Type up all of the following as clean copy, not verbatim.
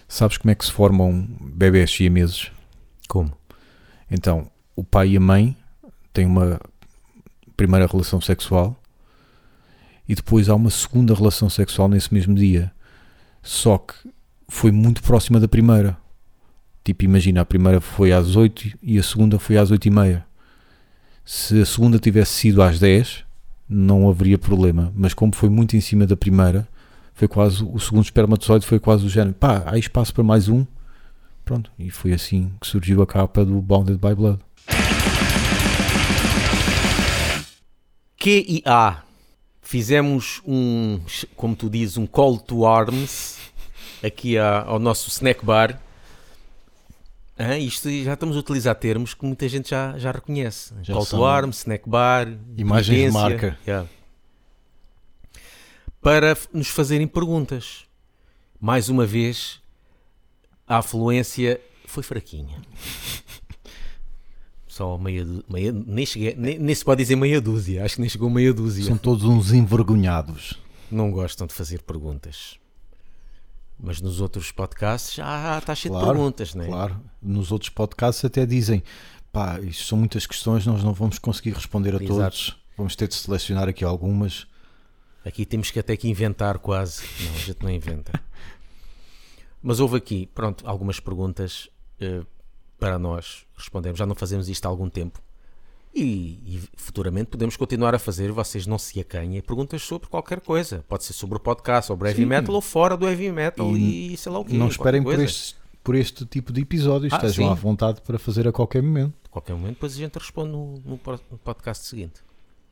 Sabes como é que se formam bebés siameses? Como? Então, o pai e a mãe têm uma primeira relação sexual e depois há uma segunda relação sexual nesse mesmo dia. Só que foi muito próxima da primeira. Tipo, imagina, a primeira foi às 8 e a segunda foi às 8h30. Se a segunda tivesse sido às 10, não haveria problema. Mas como foi muito em cima da primeira, foi quase, o segundo espermatozoide foi quase o género, pá, há espaço para mais um. Pronto, e foi assim que surgiu a capa do Bounded by Blood. QIA. Fizemos como tu dizes, um call to arms aqui ao nosso snack bar. Isto já estamos a utilizar termos que muita gente já reconhece. Já call são to arms, snack bar, imagens de evidência. marca. Yeah. Para nos fazerem perguntas. Mais uma vez, a afluência foi fraquinha. Só nem se pode dizer meia dúzia. Acho que nem chegou meia dúzia. São todos uns envergonhados. Não gostam de fazer perguntas. Mas nos outros podcasts já está cheio de Claro, perguntas, não é? Claro, nos outros podcasts até dizem, pá, isto são muitas questões, nós não vamos conseguir responder a Exato. todos. Vamos ter de selecionar aqui algumas. Aqui temos que até que inventar quase. Não, a gente não inventa. Mas houve aqui, pronto, algumas perguntas para nós respondermos. Já não fazemos isto há algum tempo. E futuramente podemos continuar a fazer, vocês não se acanhem, perguntas sobre qualquer coisa. Pode ser sobre o podcast, sobre heavy metal ou fora do heavy metal e sei lá o quê. Não esperem por este tipo de episódio. Estejam sim. à vontade para fazer a qualquer momento. A qualquer momento, depois a gente responde no podcast seguinte.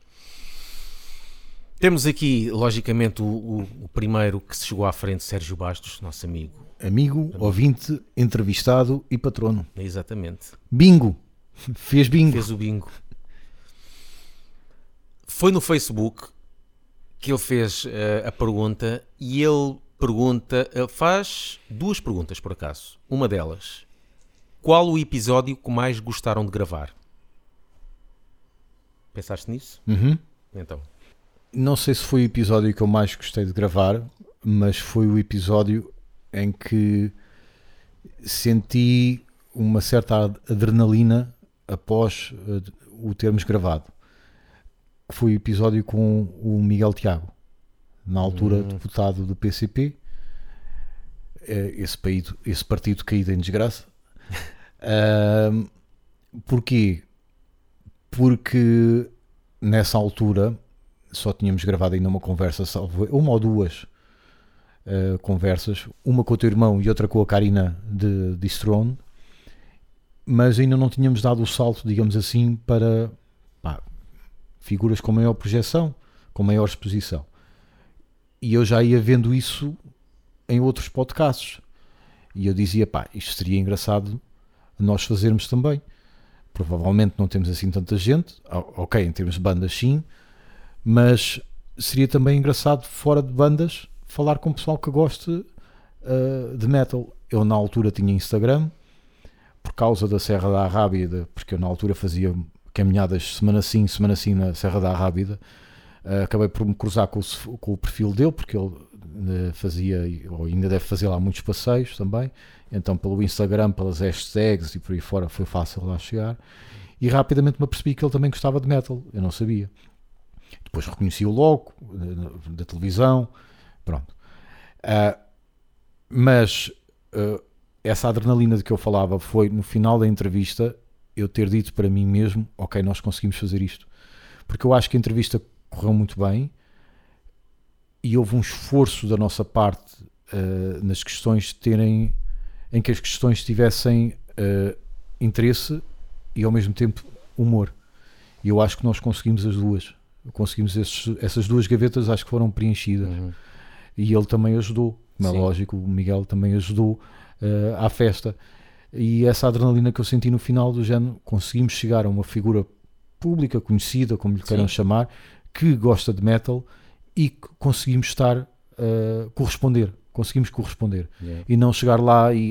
Temos aqui, logicamente, o primeiro que se chegou à frente, Sérgio Bastos, nosso amigo. Amigo, ouvinte, entrevistado e patrono. Exatamente. Bingo! Fez bingo. Fez o bingo. Foi no Facebook que ele fez a pergunta e ele faz duas perguntas por acaso. Uma delas, qual o episódio que mais gostaram de gravar? Pensaste nisso? Uhum. Então. Não sei se foi o episódio que eu mais gostei de gravar, mas foi o episódio em que senti uma certa adrenalina após o termos gravado. Foi o episódio com o Miguel Tiago, na altura deputado do PCP, esse partido caído em desgraça. Porquê? Porque nessa altura só tínhamos gravado ainda uma conversa, uma ou duas conversas, uma com o teu irmão e outra com a Karina de Throne, mas ainda não tínhamos dado o salto, digamos assim, para figuras com maior projeção, com maior exposição. E eu já ia vendo isso em outros podcasts. E eu dizia, isto seria engraçado nós fazermos também. Provavelmente não temos assim tanta gente, ok, em termos de bandas sim, mas seria também engraçado, fora de bandas, falar com o pessoal que goste de metal. Eu na altura tinha Instagram, por causa da Serra da Arrábida, porque eu na altura fazia caminhadas semana sim na Serra da Arrábida. Acabei por me cruzar com o perfil dele, porque ele fazia, ou ainda deve fazer lá muitos passeios também. Então pelo Instagram, pelas hashtags e por aí fora foi fácil lá chegar. E rapidamente me apercebi que ele também gostava de metal, eu não sabia. Depois reconheci-o logo, da televisão, pronto. Mas essa adrenalina de que eu falava foi no final da entrevista eu ter dito para mim mesmo, ok, nós conseguimos fazer isto. Porque eu acho que a entrevista correu muito bem e houve um esforço da nossa parte nas questões em que as questões tivessem interesse e ao mesmo tempo humor. E eu acho que nós conseguimos as duas. Conseguimos essas duas gavetas, acho que foram preenchidas. E ele também ajudou, como é lógico, o Miguel também ajudou à festa. E essa adrenalina que eu senti no final do género, conseguimos chegar a uma figura pública, conhecida, como lhe queiram chamar, que gosta de metal e que conseguimos corresponder. Conseguimos corresponder. E não chegar lá e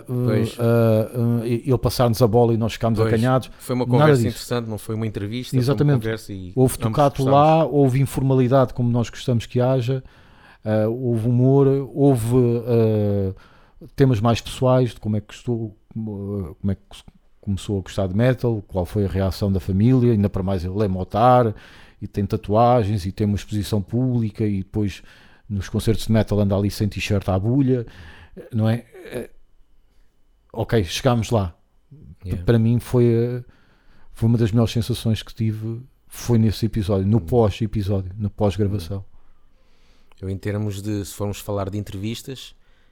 ele passar-nos a bola e nós ficarmos acanhados. Foi uma conversa interessante, não foi uma entrevista. Exatamente. Foi uma conversa e houve tocato lá, houve informalidade como nós gostamos que haja, houve humor, houve temas mais pessoais, de como é que começou a gostar de metal, qual foi a reação da família, ainda para mais ele é motar e tem tatuagens e tem uma exposição pública e depois nos concertos de metal anda ali sem t-shirt à bulha, não é? Ok, chegámos lá. Para mim foi uma das melhores sensações que tive, foi nesse episódio, no pós-episódio, na pós-gravação. Eu, em termos de, se formos falar de entrevistas,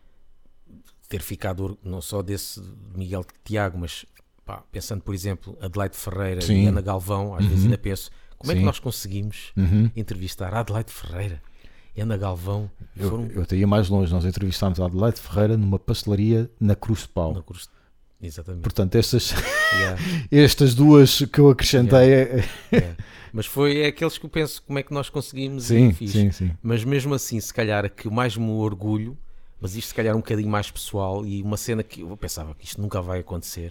ter ficado não só desse Miguel Tiago, mas pensando, por exemplo, Adelaide Ferreira e Ana Galvão, às vezes ainda penso, como é que nós conseguimos entrevistar a Adelaide Ferreira e Ana Galvão? Eu até ia mais longe, nós entrevistámos a Adelaide Ferreira numa pastelaria na Cruz de Pau. Exatamente. Portanto, estas duas que eu acrescentei Mas foi aqueles que eu penso, como é que nós conseguimos? Sim. Mas mesmo assim, se calhar a que mais me orgulho, mas isto se calhar um bocadinho mais pessoal, e uma cena que eu pensava que isto nunca vai acontecer,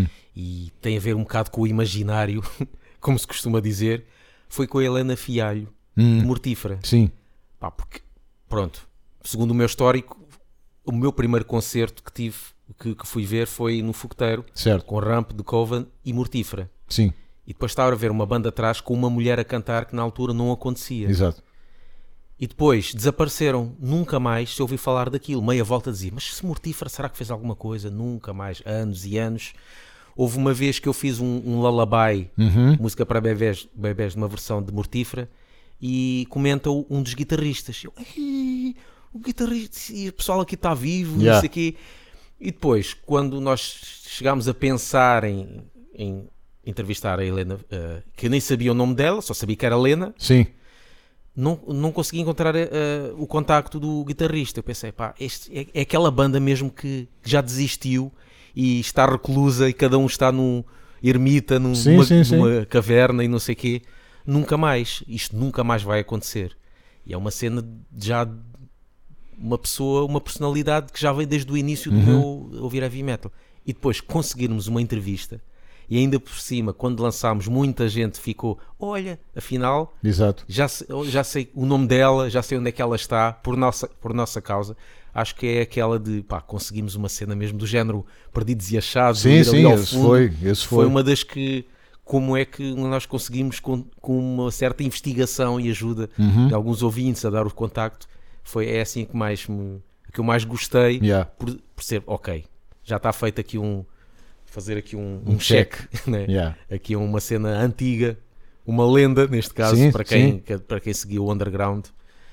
e tem a ver um bocado com o imaginário, como se costuma dizer, foi com a Helena Fialho, de Mortífera. Sim. Porque, pronto, segundo o meu histórico, o meu primeiro concerto que tive, que fui ver, foi no Fogoteiro, certo, com Ramp, de Coven e Mortífera. Sim. E depois estava a ver uma banda atrás com uma mulher a cantar que na altura não acontecia. Exato. E depois desapareceram, nunca mais se ouviu falar daquilo. Meia volta dizia, mas se Mortífera, será que fez alguma coisa? Nunca mais, anos e anos. Houve uma vez que eu fiz um lullaby, música para bebés, numa versão de Mortífera, e comenta um dos guitarristas. O guitarrista, e o pessoal aqui está vivo, não sei o quê. E depois, quando nós chegámos a pensar em entrevistar a Helena, que eu nem sabia o nome dela, só sabia que era Helena. Sim. Não consegui encontrar o contacto do guitarrista. Eu pensei, este é aquela banda mesmo que já desistiu e está reclusa e cada um está numa ermita, numa caverna e não sei o quê. Nunca mais. Isto nunca mais vai acontecer. E é uma cena já de uma pessoa, uma personalidade que já vem desde o início do meu ouvir heavy metal. E depois conseguirmos uma entrevista. E ainda por cima, quando lançámos, muita gente ficou, olha, afinal, exato, já sei o nome dela, já sei onde é que ela está, por nossa causa. Acho que é aquela de, conseguimos uma cena mesmo do género Perdidos e Achados. Sim, esse foi uma das que, como é que nós conseguimos, com uma certa investigação e ajuda de alguns ouvintes a dar o contacto, é assim que eu mais gostei, por ser, ok, já está feito aqui fazer aqui um check, né? Aqui é uma cena antiga, uma lenda neste caso, para quem seguiu o underground,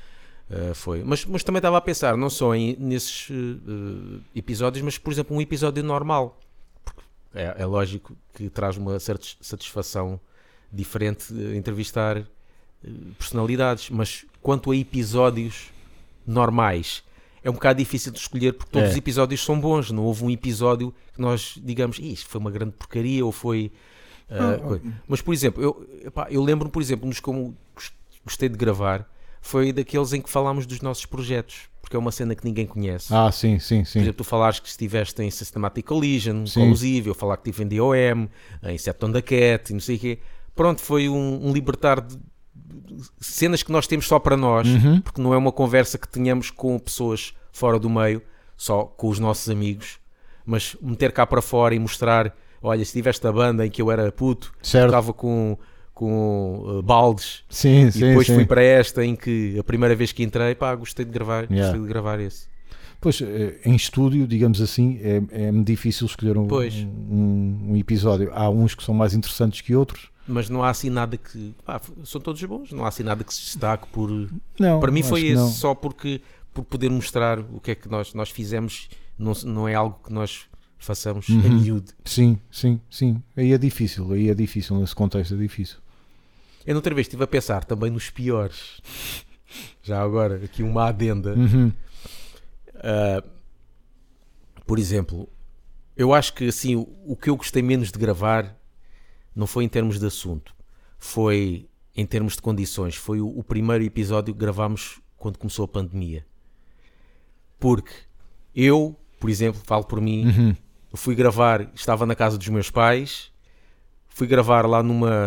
foi. Mas também estava a pensar, não só nesses episódios, mas por exemplo um episódio normal, porque é lógico que traz uma certa satisfação diferente de entrevistar personalidades, mas quanto a episódios normais, é um bocado difícil de escolher porque todos os episódios são bons. Não houve um episódio que nós digamos isto foi uma grande porcaria ou foi... Mas, por exemplo, eu lembro-me, por exemplo, nos como gostei de gravar, foi daqueles em que falámos dos nossos projetos, porque é uma cena que ninguém conhece. Sim. Por exemplo, tu falares que estiveste em Systematic Collision, Collusive, eu falar que estive em DOM, em Septon da Cat e não sei o quê. Pronto, foi um libertar de cenas que nós temos só para nós, porque não é uma conversa que tenhamos com pessoas fora do meio, só com os nossos amigos, mas meter cá para fora e mostrar, olha, se tiveste a banda em que eu era puto, estava com baldes, e depois fui para esta em que a primeira vez que entrei, gostei de gravar esse. Pois, em estúdio, digamos assim, é difícil escolher um episódio. Há uns que são mais interessantes que outros, mas não há assim nada que... são todos bons, não há assim nada que se destaque por... Não, para mim foi esse, só por poder mostrar o que é que nós fizemos, não é algo que nós façamos a miúdo. Sim. Aí é difícil, nesse contexto é difícil. Eu outra vez estive a pensar também nos piores. Já agora, aqui uma adenda. Por exemplo, eu acho que assim, o que eu gostei menos de gravar não foi em termos de assunto, foi em termos de condições. Foi o primeiro episódio que gravámos quando começou a pandemia. Porque eu, por exemplo, falo por mim, fui gravar, estava na casa dos meus pais, fui gravar lá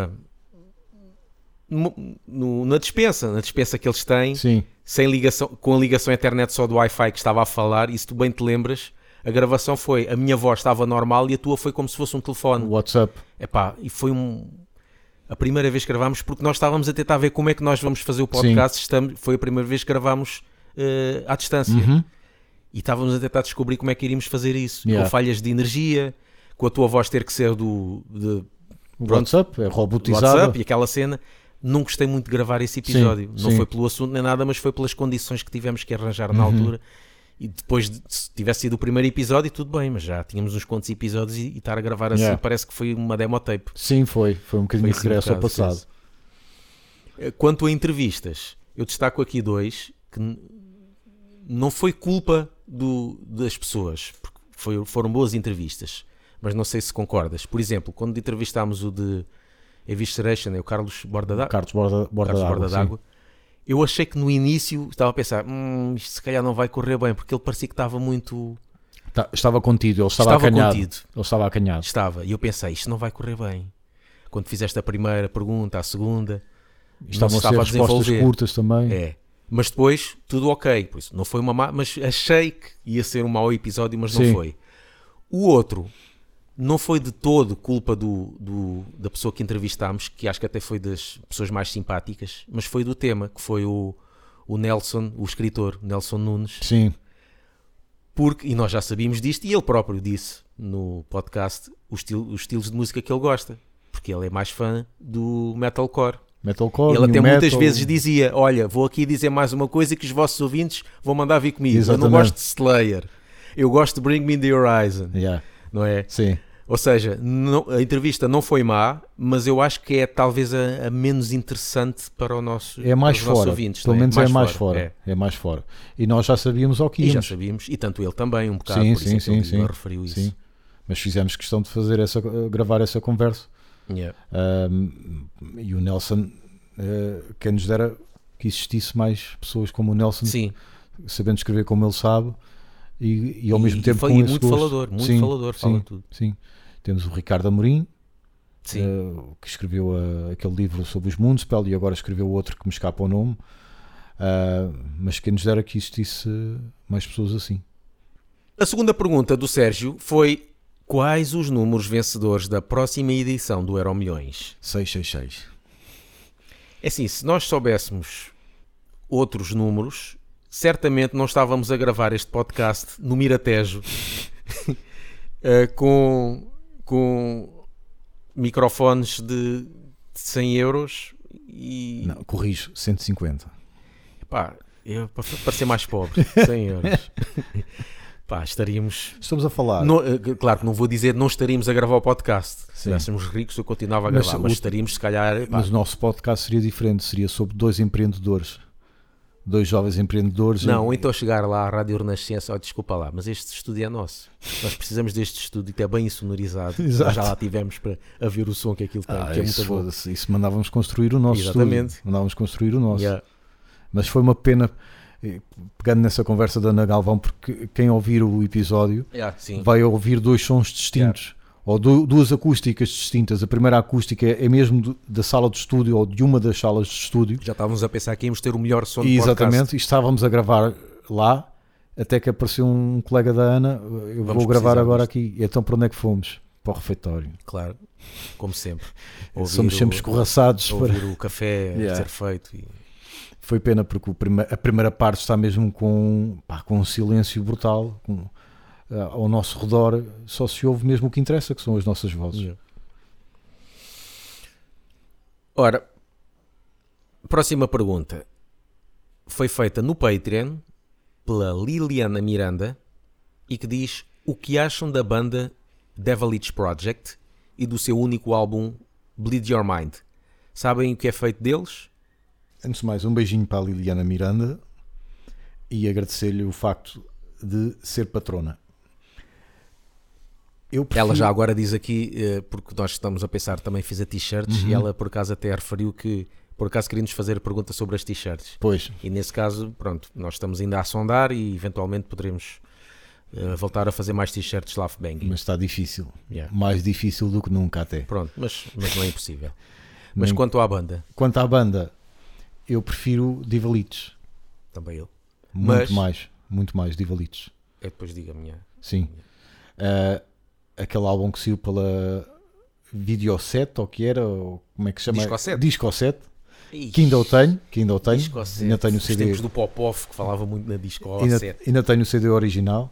na dispensa que eles têm, sem ligação, com a ligação à internet só do Wi-Fi que estava a falar, e se tu bem te lembras, A gravação foi, a minha voz estava normal e a tua foi como se fosse um telefone. WhatsApp. Epá, e foi a primeira vez que gravámos, porque nós estávamos a tentar ver como é que nós vamos fazer o podcast. Foi a primeira vez que gravámos à distância. E estávamos a tentar descobrir como é que iríamos fazer isso. Com falhas de energia, com a tua voz ter que ser O WhatsApp é robotizado. WhatsApp e aquela cena. Não gostei muito de gravar esse episódio. Não foi pelo assunto nem nada, mas foi pelas condições que tivemos que arranjar na altura. E depois, se tivesse sido o primeiro episódio, tudo bem, mas já tínhamos uns quantos episódios e estar a gravar assim parece que foi uma demo tape. Sim, foi um bocadinho de regresso ao passado. Quanto a entrevistas, eu destaco aqui 2 que não foi culpa das pessoas, porque foram boas entrevistas, mas não sei se concordas. Por exemplo, quando entrevistámos o de Evisceration, o Carlos Borda d'Água, eu achei que no início estava a pensar, isto se calhar não vai correr bem, porque ele parecia que estava muito... Estava contido, ele estava acanhado. Ele estava acanhado. Estava, e eu pensei, isto não vai correr bem. Quando fizeste a primeira pergunta, a segunda, estavam a ser respostas curtas também. Mas depois, tudo ok. Por isso, não foi uma má, mas achei que ia ser um mau episódio, mas não foi. O outro... não foi de todo culpa da pessoa que entrevistámos, que acho que até foi das pessoas mais simpáticas, mas foi do tema, que foi o Nelson, o escritor, Nelson Nunes. Sim. E nós já sabíamos disto, e ele próprio disse no podcast os estilos de música que ele gosta, porque ele é mais fã do metalcore. Ele até muitas vezes dizia, olha, vou aqui dizer mais uma coisa que os vossos ouvintes vão mandar vir comigo. Exatamente. Eu não gosto de Slayer, eu gosto de Bring Me The Horizon. Não é? Sim. Ou seja, a entrevista não foi má, mas eu acho que é talvez a menos interessante para nossos ouvintes. Pelo menos é mais fora. É mais fora. E nós já sabíamos ao que íamos. E já sabíamos, e tanto ele também, um bocado, sim, por sim, isso sim, ele referiu isso. Sim. Mas fizemos questão de gravar essa conversa. E o Nelson, quem nos dera que existisse mais pessoas como o Nelson, sabendo escrever como ele sabe. E ao mesmo tempo com esse muito gosto. falador, fala tudo. Sim. Temos o Ricardo Amorim, que escreveu aquele livro sobre os Municipal e agora escreveu outro que me escapa o nome, mas quem nos dera que existisse mais pessoas assim. A segunda pergunta do Sérgio foi: quais os números vencedores da próxima edição do Euromilhões? 666. É assim, se nós soubéssemos outros números, certamente não estávamos a gravar este podcast no Miratejo com microfones de 100 euros e... Não, corrijo, 150. Pá, para ser mais pobre, 100 euros. Pá, estaríamos... Estamos a falar... claro que não vou dizer não estaríamos a gravar o podcast. Se estivéssemos ricos eu continuava a gravar, mas estaríamos se calhar... Mas o nosso podcast seria diferente, seria sobre 2 empreendedores. 2 jovens empreendedores. Não, ou então chegar lá à Rádio Renascença, desculpa lá, mas este estúdio é nosso. Nós precisamos deste estúdio que é bem sonorizado. Nós já lá tivemos para a ver o som que aquilo tem, que é muito bom. Isso mandávamos construir o nosso Exatamente. estúdio. Mandávamos construir o nosso. Mas foi uma pena, pegando nessa conversa da Ana Galvão, porque quem ouvir o episódio vai ouvir 2 sons distintos. Ou 2 acústicas distintas. A primeira acústica é mesmo da sala de estúdio ou de uma das salas de estúdio. Já estávamos a pensar que íamos ter o melhor som do Exatamente, podcast. E estávamos a gravar lá, até que apareceu um colega da Ana, vou gravar agora aqui. E então para onde é que fomos? Para o refeitório. Claro, como sempre. Somos sempre escorraçados. Ouvir o café ser feito. Foi pena porque a primeira parte está mesmo com um silêncio brutal, ao nosso redor só se ouve mesmo o que interessa, que são as nossas vozes. Ora, próxima pergunta foi feita no Patreon pela Liliana Miranda e que diz: o que acham da banda Devilish Project e do seu único álbum Bleed Your Mind? Sabem o que é feito deles? Antes de mais, um beijinho para a Liliana Miranda e agradecer-lhe o facto de ser patrona. Ela já agora diz aqui, porque nós estamos a pensar, também fiz a t-shirts, e ela por acaso até referiu que por acaso queria-nos fazer a pergunta sobre as t-shirts. Pois. E nesse caso, pronto, nós estamos ainda a sondar e eventualmente poderemos voltar a fazer mais t-shirts Love Banging. Mas está difícil. Mais difícil do que nunca até. Pronto, mas não é impossível. Mas quanto à banda? Quanto à banda, eu prefiro Divalites. Também eu. Muito mais Divalites. Eu depois digo a minha. sim. Aquele álbum que saiu pela Videoset, ou que era, ou como é que se chama? Discoset. Que ainda o tenho. Ainda tenho o CD. Os tempos do Pop-Off, que falava muito na Discoset. Ainda tenho o CD original.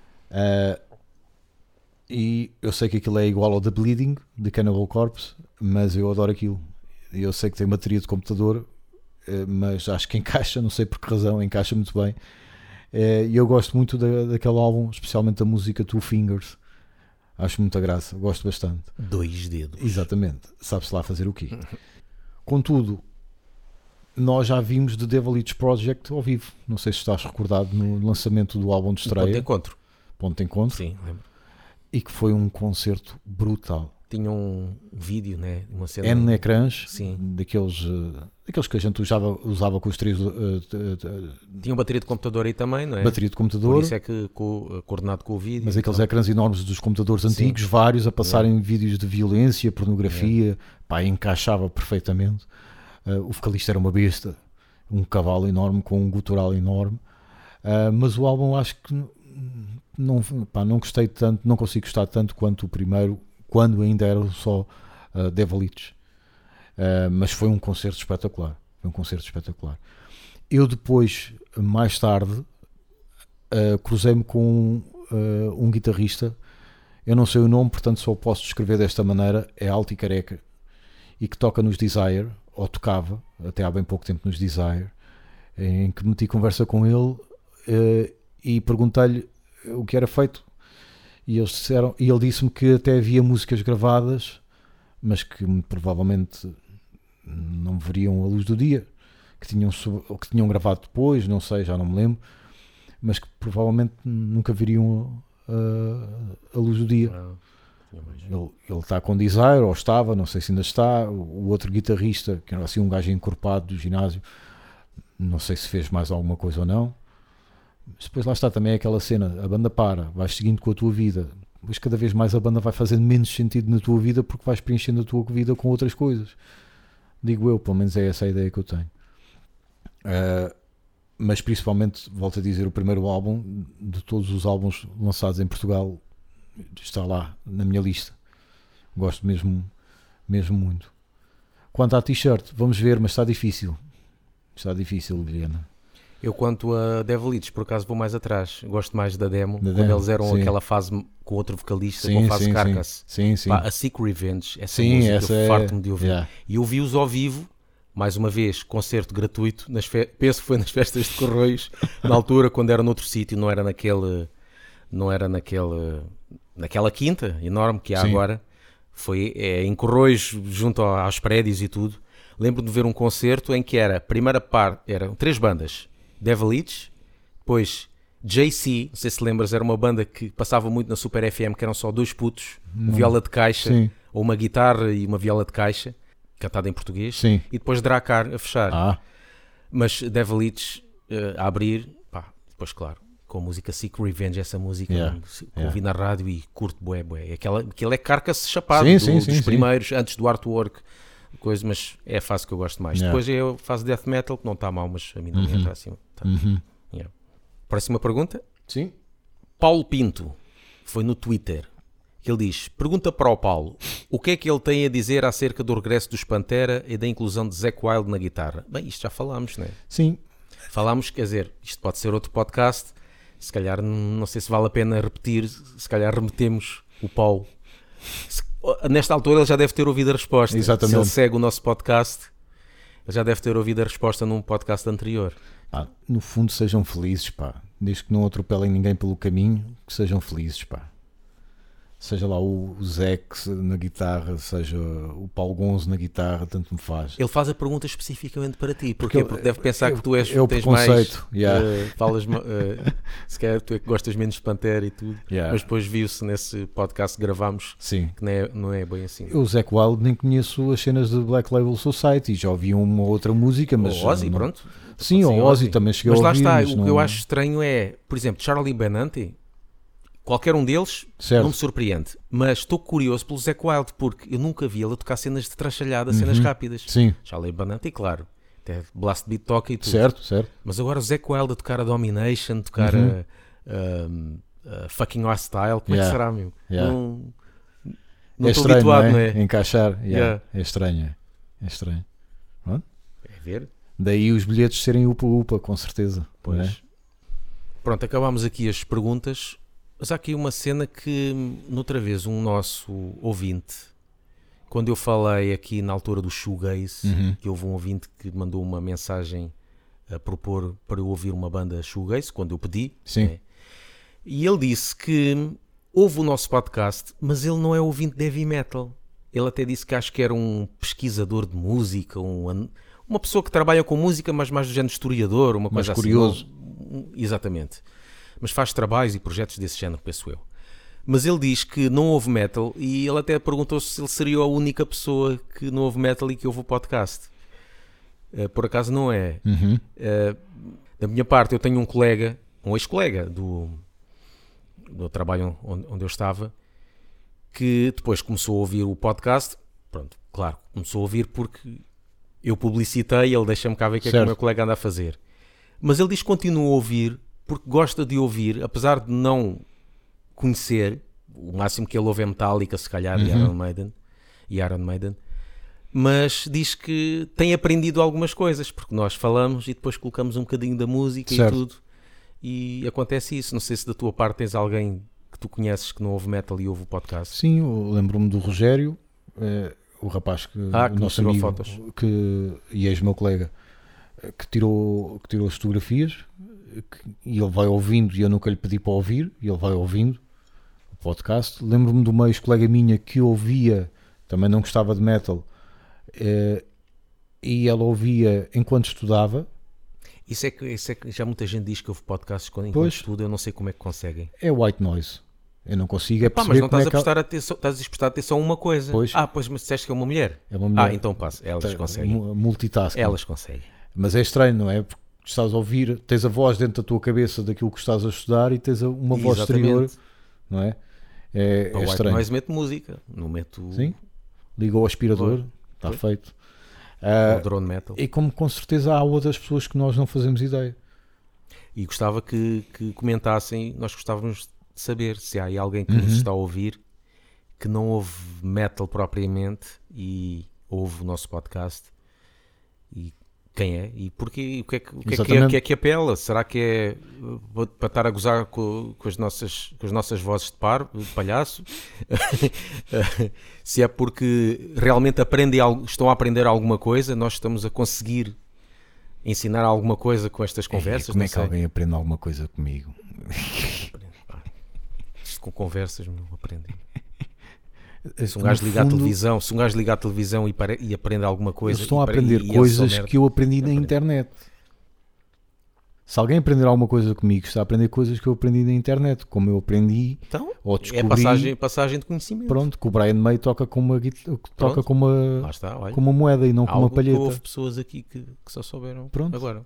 E eu sei que aquilo é igual ao The Bleeding, de Cannibal Corpse, mas eu adoro aquilo. Eu sei que tem bateria de computador, mas acho que encaixa, não sei por que razão, encaixa muito bem. E eu gosto muito daquele álbum, especialmente da música Two Fingers. Acho muita graça, gosto bastante. 2 dedos. Exatamente, sabe-se lá fazer o quê. Contudo, nós já vimos The Devil Eats Project ao vivo. Não sei se estás recordado no lançamento do álbum de estreia. Ponto de Encontro. Sim, lembro. E que foi um concerto brutal. Tinha um vídeo, né? Uma cena... N ecrãs, sim. Daqueles que a gente usava com os três. Tinha uma bateria de computador aí também, não é? Bateria de computador. Por isso é que coordenado com o vídeo. Mas aqueles ecrãs enormes dos computadores antigos, sim. Vários a passarem vídeos de violência, pornografia, pá, encaixava perfeitamente. O vocalista era uma besta, um cavalo enorme com um gutural enorme. Mas o álbum acho que não gostei tanto, não consigo gostar tanto quanto o primeiro, quando ainda era só Devil Eats. Mas foi um concerto espetacular. Eu depois, mais tarde, cruzei-me com um guitarrista, eu não sei o nome, portanto só o posso descrever desta maneira, é alto e careca, e que toca nos Desire, ou tocava, até há bem pouco tempo nos Desire, em que meti conversa com ele e perguntei-lhe o que era feito. E ele disse-me que até havia músicas gravadas, mas que provavelmente não veriam a luz do dia, que tinham gravado depois, não sei, já não me lembro, mas que provavelmente nunca veriam a luz do dia. Ele está com Desire, ou estava, não sei se ainda está. O outro guitarrista, que era assim um gajo encorpado do ginásio, não sei se fez mais alguma coisa ou não. Mas depois lá está também aquela cena, a banda vais seguindo com a tua vida, mas cada vez mais a banda vai fazendo menos sentido na tua vida, porque vais preenchendo a tua vida com outras coisas. Digo eu, pelo menos é essa a ideia que eu tenho. Mas principalmente, volto a dizer, o primeiro álbum, de todos os álbuns lançados em Portugal, está lá na minha lista. Gosto mesmo muito. Quanto à t-shirt, vamos ver, mas está difícil, Viana. Eu, quanto a Devil Eats, por acaso vou mais atrás. Gosto mais da demo, quando eles eram aquela fase com outro vocalista, com a fase Carcass. Sim. Pá, a Sick Revenge, essa música eu farto-me de ouvir. Yeah. E ouvi-os ao vivo, mais uma vez, concerto gratuito, penso que foi nas festas de Correios, na altura, quando era noutro sítio, não era naquela quinta enorme que há agora. Foi em Correios, junto aos prédios e tudo. Lembro-me de ver um concerto em que era, a primeira parte, eram 3 bandas. Devil Eats, depois JC, não sei se lembras, era uma banda que passava muito na Super FM, que eram só 2 putos, uma viola de caixa, ou uma guitarra e uma viola de caixa, cantada em português, e depois Dracar a fechar. Mas Devil Eats a abrir, pá, depois claro, com a música Sick Revenge, essa música que ouvi na rádio e curto bué. Aquele é Carcass chapado, dos primeiros, antes do artwork, coisa, mas é a fase que eu gosto mais. Depois é a fase Death Metal, que não está mal, mas a mim não me entra assim. Próxima pergunta? Sim. Paulo Pinto, foi no Twitter, que ele diz, pergunta para o Paulo, o que é que ele tem a dizer acerca do regresso dos Pantera e da inclusão de Zakk Wylde na guitarra? Bem, isto já falámos, não é? Sim. Falámos, quer dizer, isto pode ser outro podcast, se calhar não sei se vale a pena repetir, se calhar remetemos o Paulo. Nesta altura ele já deve ter ouvido a resposta. Exatamente. Se ele segue o nosso podcast, ele já deve ter ouvido a resposta num podcast anterior. No fundo, sejam felizes, pá. Desde que não atropelem ninguém pelo caminho, que sejam felizes, pá. Seja lá o Zex na guitarra, seja o Paulo Gonzo na guitarra, tanto me faz. Ele faz a pergunta especificamente para ti, porque deve pensar que tu tens mais... falas, se calhar tu é que gostas menos de Pantera e tudo, mas depois viu-se nesse podcast que gravámos que não é bem assim. Eu, o Zakk Wylde, nem conheço as cenas de Black Label Society, já ouvi uma outra música, mas... O Ozzy, pronto. Sim, o Ozzy também cheguei a ouvir. Mas lá está, o que eu acho estranho é, por exemplo, Charlie Benante, qualquer um deles não me surpreende, mas estou curioso pelo Zakk Wylde, porque eu nunca vi ele tocar cenas de trachalhada, cenas rápidas. Sim. Charlie Benante, claro, até Blast Beat toca e tudo. Certo. Mas agora o Zakk Wylde a tocar a Domination, tocar fucking hostile, como é que será, meu? Yeah. Não estou estranho, habituado, não é? não é? Encaixar, Yeah. é estranho. É estranho. Pronto. É ver? Daí os bilhetes serem upa-upa, com certeza. Pois. Não é? Pronto, acabámos aqui as perguntas, mas há aqui uma cena que, noutra vez, um nosso ouvinte, quando eu falei aqui na altura do shoegaze, que houve um ouvinte que mandou uma mensagem a propor para eu ouvir uma banda shoegaze, quando eu pedi. Sim. Né? E ele disse que ouve o nosso podcast, mas ele não é ouvinte de heavy metal. Ele até disse que acho que era um pesquisador de música, uma pessoa que trabalha com música, mas mais do género historiador, uma Mais coisa curioso. assim. Exatamente. Mas faz trabalhos e projetos desse género, penso eu. Mas ele diz que não ouve metal e ele até perguntou se ele seria a única pessoa que não ouve metal e que ouve o podcast. Por acaso não é. Da minha parte, eu tenho um colega, um ex-colega do trabalho onde eu estava, que depois começou a ouvir o podcast. Pronto, claro, começou a ouvir porque eu publicitei, ele deixa-me cá ver o que é que o meu colega anda a fazer. Mas ele diz que continua a ouvir porque gosta de ouvir, apesar de não conhecer, o máximo que ele ouve é Metallica, se calhar, e Iron Maiden, mas diz que tem aprendido algumas coisas, porque nós falamos e depois colocamos um bocadinho da música certo. E tudo, e acontece isso. Não sei se da tua parte tens alguém que tu conheces que não ouve metal e ouve o podcast. Sim, eu lembro-me do Rogério, o rapaz que o nosso amigo, fotos. E ex-meu colega, que tirou as fotografias, e ele vai ouvindo, e eu nunca lhe pedi para ouvir, e ele vai ouvindo o podcast. Lembro-me de uma ex-colega minha que ouvia, também não gostava de metal, e ela ouvia enquanto estudava. Isso é que já muita gente diz que ouve podcasts enquanto estuda, eu não sei como é que conseguem. É white noise. Eu não consigo perceber. Mas não estás a prestar atenção, estás a prestar atenção a uma coisa. Pois, mas disseste que é uma mulher. É uma mulher. Então passa, elas conseguem. Multitasking. Elas conseguem. Mas é estranho, não é? Porque estás a ouvir, tens a voz dentro da tua cabeça daquilo que estás a estudar e tens uma voz exterior, não é? É estranho. Mas meto música, não meto. Sim, liga o aspirador, está feito. O drone metal. E como com certeza há outras pessoas que nós não fazemos ideia. E gostava que comentassem, nós gostávamos de saber se há aí alguém que nos está a ouvir que não ouve metal propriamente e ouve o nosso podcast, e quem é e porquê, e o que é que apela? Será que é para estar a gozar com as nossas vozes de palhaço? Se é porque realmente estão a aprender alguma coisa, nós estamos a conseguir ensinar alguma coisa com estas conversas? Como é que alguém aprende alguma coisa comigo? Com conversas não aprendem. Se um gajo ligar à televisão e aprende alguma coisa, eles estão a aprender coisas que eu aprendi na internet. Se alguém aprender alguma coisa comigo, está a aprender coisas que eu aprendi na internet, como eu aprendi, então, ou descobri. É passagem de conhecimento. Pronto, que o Brian May toca com uma com uma moeda e não com uma palheta. Houve pessoas aqui que só souberam agora.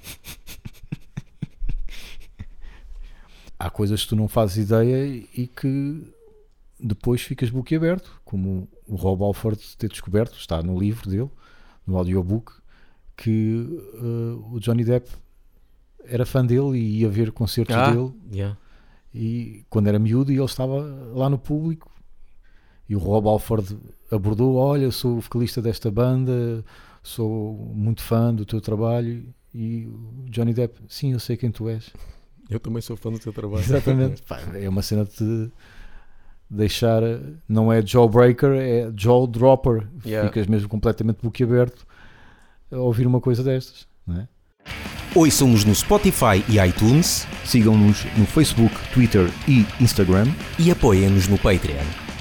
Há coisas que tu não fazes ideia e que depois ficas boquiaberto, como o Rob Alford ter descoberto, está no livro dele, no audiobook, que o Johnny Depp era fã dele e ia ver concertos dele. Yeah. E quando era miúdo, e ele estava lá no público, e o Rob Alford abordou: olha, sou o vocalista desta banda, sou muito fã do teu trabalho. E o Johnny Depp: sim, eu sei quem tu és. Eu também sou fã do teu trabalho. Exatamente. É uma cena de deixar, não é jawbreaker, é jaw dropper. Yeah. Ficas mesmo completamente boquiaberto a ouvir uma coisa destas, não é? Ouçam-nos no Spotify e iTunes, sigam-nos no Facebook, Twitter e Instagram e apoiem-nos no Patreon.